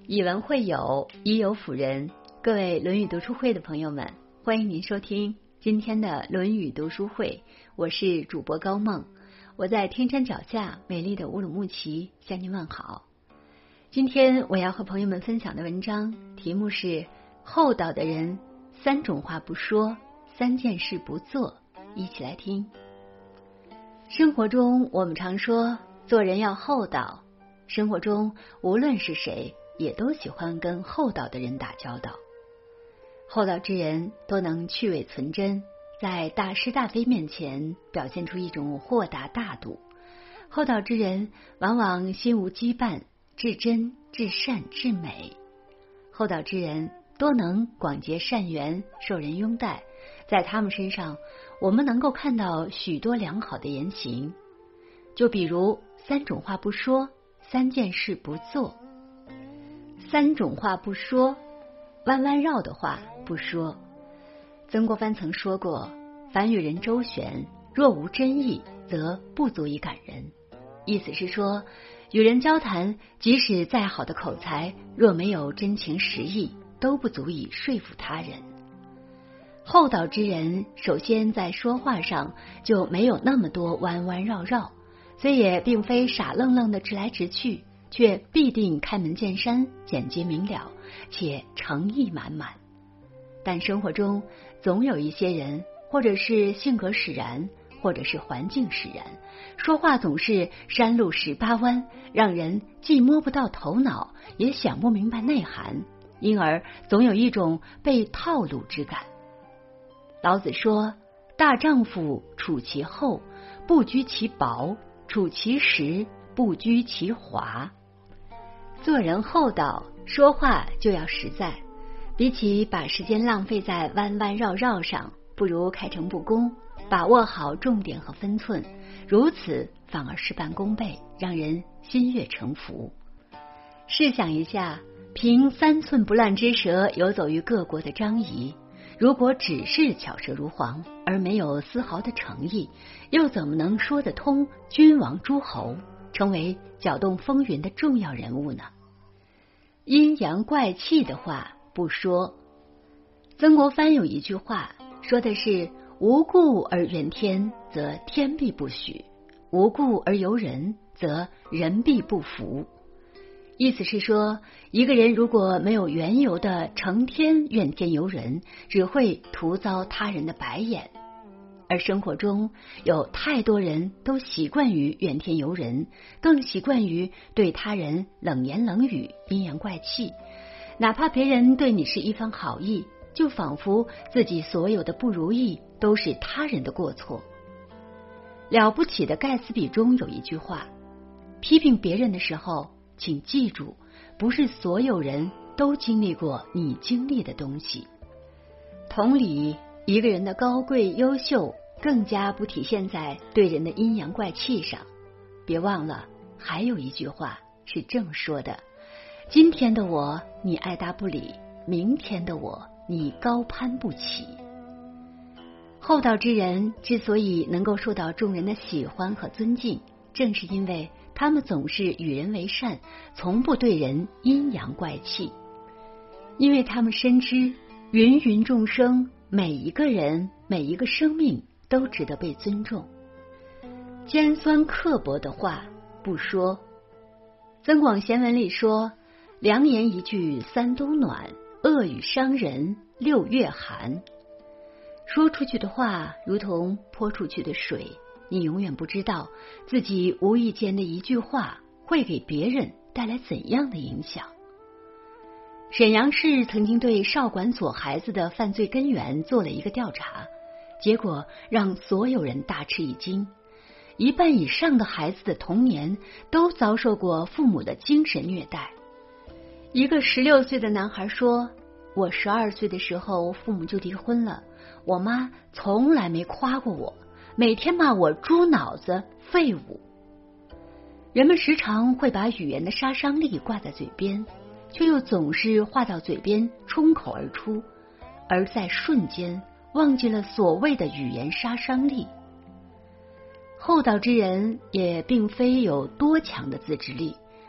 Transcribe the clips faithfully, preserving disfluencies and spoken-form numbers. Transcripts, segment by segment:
以文会友，以友辅仁。各位论语读书会的朋友们，欢迎您收听今天的论语读书会，我是主播高梦，我在天山脚下美丽的乌鲁木齐向您问好。今天我要和朋友们分享的文章题目是厚道的人三种话不说，三件事不做，一起来听。生活中我们常说做人要厚道，生活中无论是谁也都喜欢跟厚道的人打交道。厚道之人都能去伪存真，在大是大非面前表现出一种豁达大度。厚道之人往往心无羁绊，至真至善至美。厚道之人多能广结善缘，受人拥戴，在他们身上我们能够看到许多良好的言行。就比如三种话不说，三件事不做。三种话不说，弯弯绕的话不说。曾国藩曾说过，凡与人周旋，若无真意，则不足以感人。意思是说，与人交谈，即使再好的口才，若没有真情实意，都不足以说服他人。厚道之人，首先在说话上就没有那么多弯弯绕绕，虽也并非傻愣愣的直来直去，却必定开门见山，简洁明了，且诚意满满。但生活中总有一些人，或者是性格使然，或者是环境使然，说话总是山路十八弯，让人既摸不到头脑，也想不明白内涵，因而总有一种被套路之感。老子说，大丈夫处其厚，不居其薄，处其实，不居其华。做人厚道，说话就要实在，比起把时间浪费在弯弯绕绕上，不如开诚布公，把握好重点和分寸，如此反而事半功倍，让人心悦诚服。试想一下，凭三寸不烂之舌游走于各国的张仪，如果只是巧舌如簧，而没有丝毫的诚意，又怎么能说得通君王诸侯，成为搅动风云的重要人物呢？阴阳怪气的话不说。曾国藩有一句话说的是，无故而怨天，则天必不许；无故而尤人，则人必不服。意思是说，一个人如果没有缘由的成天怨天尤人，只会徒遭他人的白眼。而生活中有太多人都习惯于怨天尤人，更习惯于对他人冷言冷语，阴阳怪气。哪怕别人对你是一番好意，就仿佛自己所有的不如意都是他人的过错。了不起的盖茨比中有一句话，批评别人的时候，请记住，不是所有人都经历过你经历的东西。同理，一个人的高贵优秀，更加不体现在对人的阴阳怪气上。别忘了，还有一句话是这么说的，今天的我你爱答不理，明天的我你高攀不起。厚道之人之所以能够受到众人的喜欢和尊敬，正是因为他们总是与人为善，从不对人阴阳怪气。因为他们深知芸芸众生，每一个人每一个生命都值得被尊重。尖酸刻薄的话不说。增广贤文里说，良言一句三冬暖，恶语伤人六月寒。说出去的话如同泼出去的水，你永远不知道自己无意间的一句话会给别人带来怎样的影响。沈阳市曾经对少管所孩子的犯罪根源做了一个调查，结果让所有人大吃一惊。一半以上的孩子的童年都遭受过父母的精神虐待。一个十六岁的男孩说，我十二岁的时候父母就离婚了，我妈从来没夸过我，每天骂我猪脑子废物。人们时常会把语言的杀伤力挂在嘴边，却又总是话到嘴边冲口而出，而在瞬间忘记了所谓的语言杀伤力。厚道之人也并非有多强的自制力，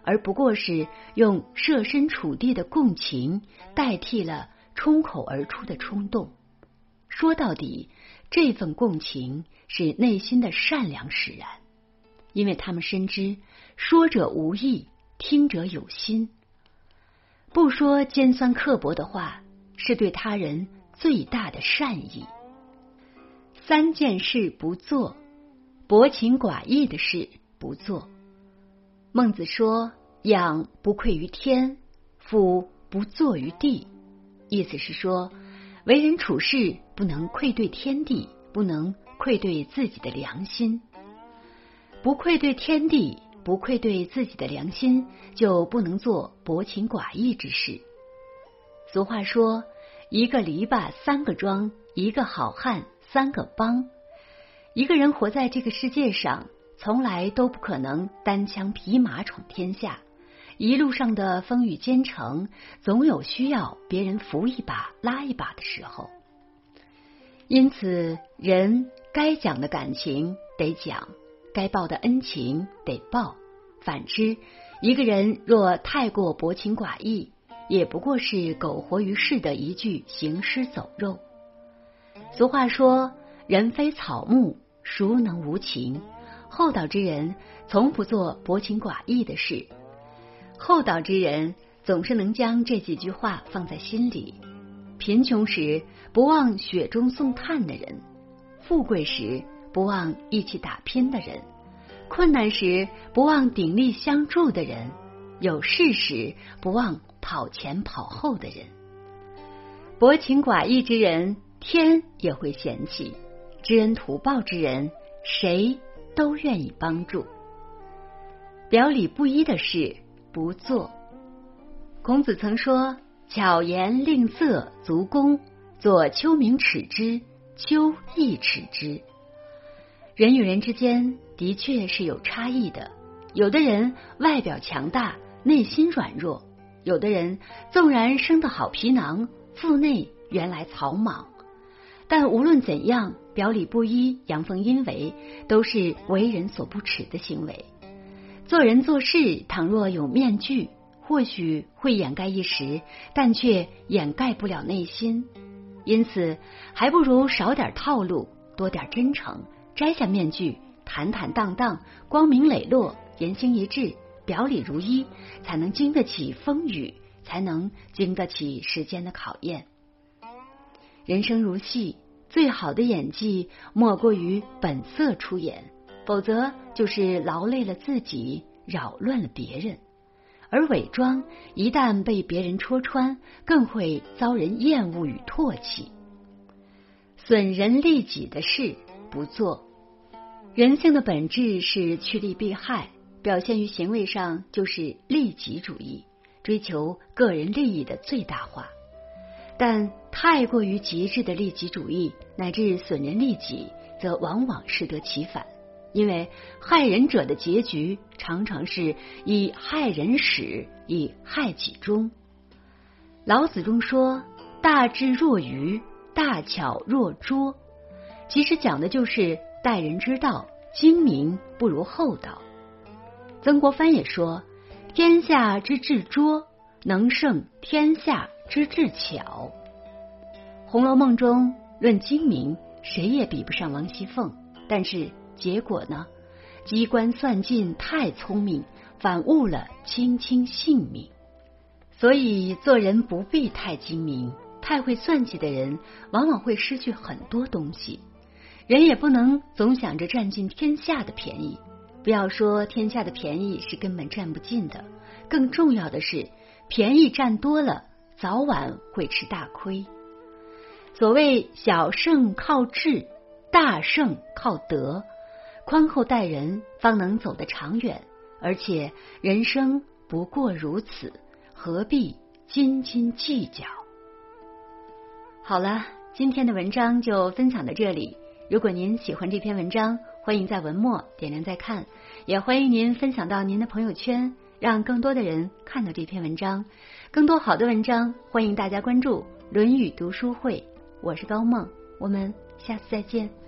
而不过是用设身处地的共情代替了冲口而出的冲动。说到底，这份共情是内心的善良使然，因为他们深知说者无意，听者有心。不说尖酸刻薄的话，是对他人最大的善意。三件事不做，薄情寡义的事不做。孟子说：养不愧于天，俯不怍于地。意思是说，为人处事不能愧对天地，不能愧对自己的良心。不愧对天地，不愧对自己的良心，就不能做薄情寡义之事。俗话说，一个篱笆三个桩，一个好汉三个帮。一个人活在这个世界上，从来都不可能单枪匹马闯天下，一路上的风雨兼程，总有需要别人扶一把拉一把的时候。因此，人该讲的感情得讲，该报的恩情得报。反之，一个人若太过薄情寡义，也不过是苟活于世的一具行尸走肉。俗话说，人非草木，孰能无情？厚道之人从不做薄情寡义的事。厚道之人总是能将这几句话放在心里。贫穷时不忘雪中送炭的人，富贵时不忘一起打拼的人，困难时不忘鼎力相助的人，有事时不忘跑前跑后的人。薄情寡义之人，天也会嫌弃；知恩图报之人，谁都愿意帮助。表里不一的事不做。孔子曾说：巧言令色，足恭；左丘明耻之，丘亦耻之。人与人之间的确是有差异的，有的人外表强大，内心软弱；有的人纵然生得好皮囊，腹内原来草莽。但无论怎样，表里不一、阳奉阴违，都是为人所不耻的行为。做人做事，倘若有面具，或许会掩盖一时，但却掩盖不了内心。因此，还不如少点套路，多点真诚，摘下面具，坦坦荡荡，光明磊落，言行一致，表里如一，才能经得起风雨，才能经得起时间的考验。人生如戏，最好的演技莫过于本色出演，否则就是劳累了自己，扰乱了别人。而伪装一旦被别人戳穿，更会遭人厌恶与唾弃。损人利己的事不做。人性的本质是趋利避害，表现于行为上就是利己主义，追求个人利益的最大化。但太过于极致的利己主义乃至损人利己，则往往适得其反，因为害人者的结局常常是以害人始，以害己终。老子中说：大智若愚，大巧若拙，其实讲的就是待人之道，精明不如厚道。曾国藩也说：天下之智拙，能胜天下之智巧。红楼梦中论精明，谁也比不上王熙凤，但是结果呢？机关算尽太聪明，反误了卿卿性命。所以做人不必太精明，太会算计的人往往会失去很多东西。人也不能总想着占尽天下的便宜，不要说天下的便宜是根本占不尽的，更重要的是便宜占多了，早晚会吃大亏。所谓小胜靠智，大胜靠德，宽厚待人方能走得长远，而且人生不过如此，何必斤斤计较？好了，今天的文章就分享到这里。如果您喜欢这篇文章，欢迎在文末点亮再看，也欢迎您分享到您的朋友圈，让更多的人看到这篇文章。更多好的文章，欢迎大家关注论语读书会。我是高梦，我们下次再见。